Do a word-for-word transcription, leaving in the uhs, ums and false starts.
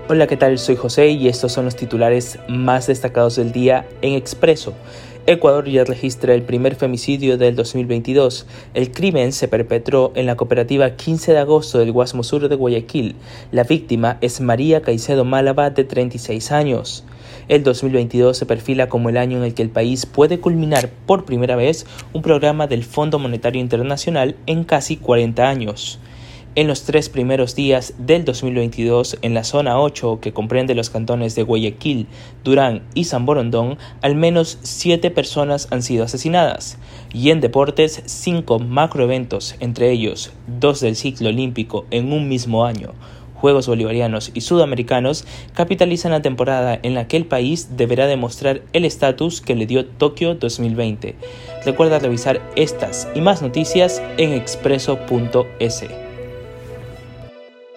Hola, ¿qué tal? Soy José y estos son los titulares más destacados del día en Expreso. Ecuador ya registra el primer femicidio del dos mil veintidós. El crimen se perpetró en la cooperativa quince de agosto del Guasmo Sur de Guayaquil. La víctima es María Caicedo Málaga, de treinta y seis años. El dos mil veintidós se perfila como el año en el que el país puede culminar por primera vez un programa del Fondo Monetario Internacional en casi cuarenta años. En los tres primeros días del dos mil veintidós, en la zona ocho, que comprende los cantones de Guayaquil, Durán y San Borondón, al menos siete personas han sido asesinadas. Y en deportes, cinco macroeventos, entre ellos dos del ciclo olímpico en un mismo año, Juegos Bolivarianos y Sudamericanos, capitalizan la temporada en la que el país deberá demostrar el estatus que le dio Tokio dos mil veinte. Recuerda revisar estas y más noticias en expreso punto es.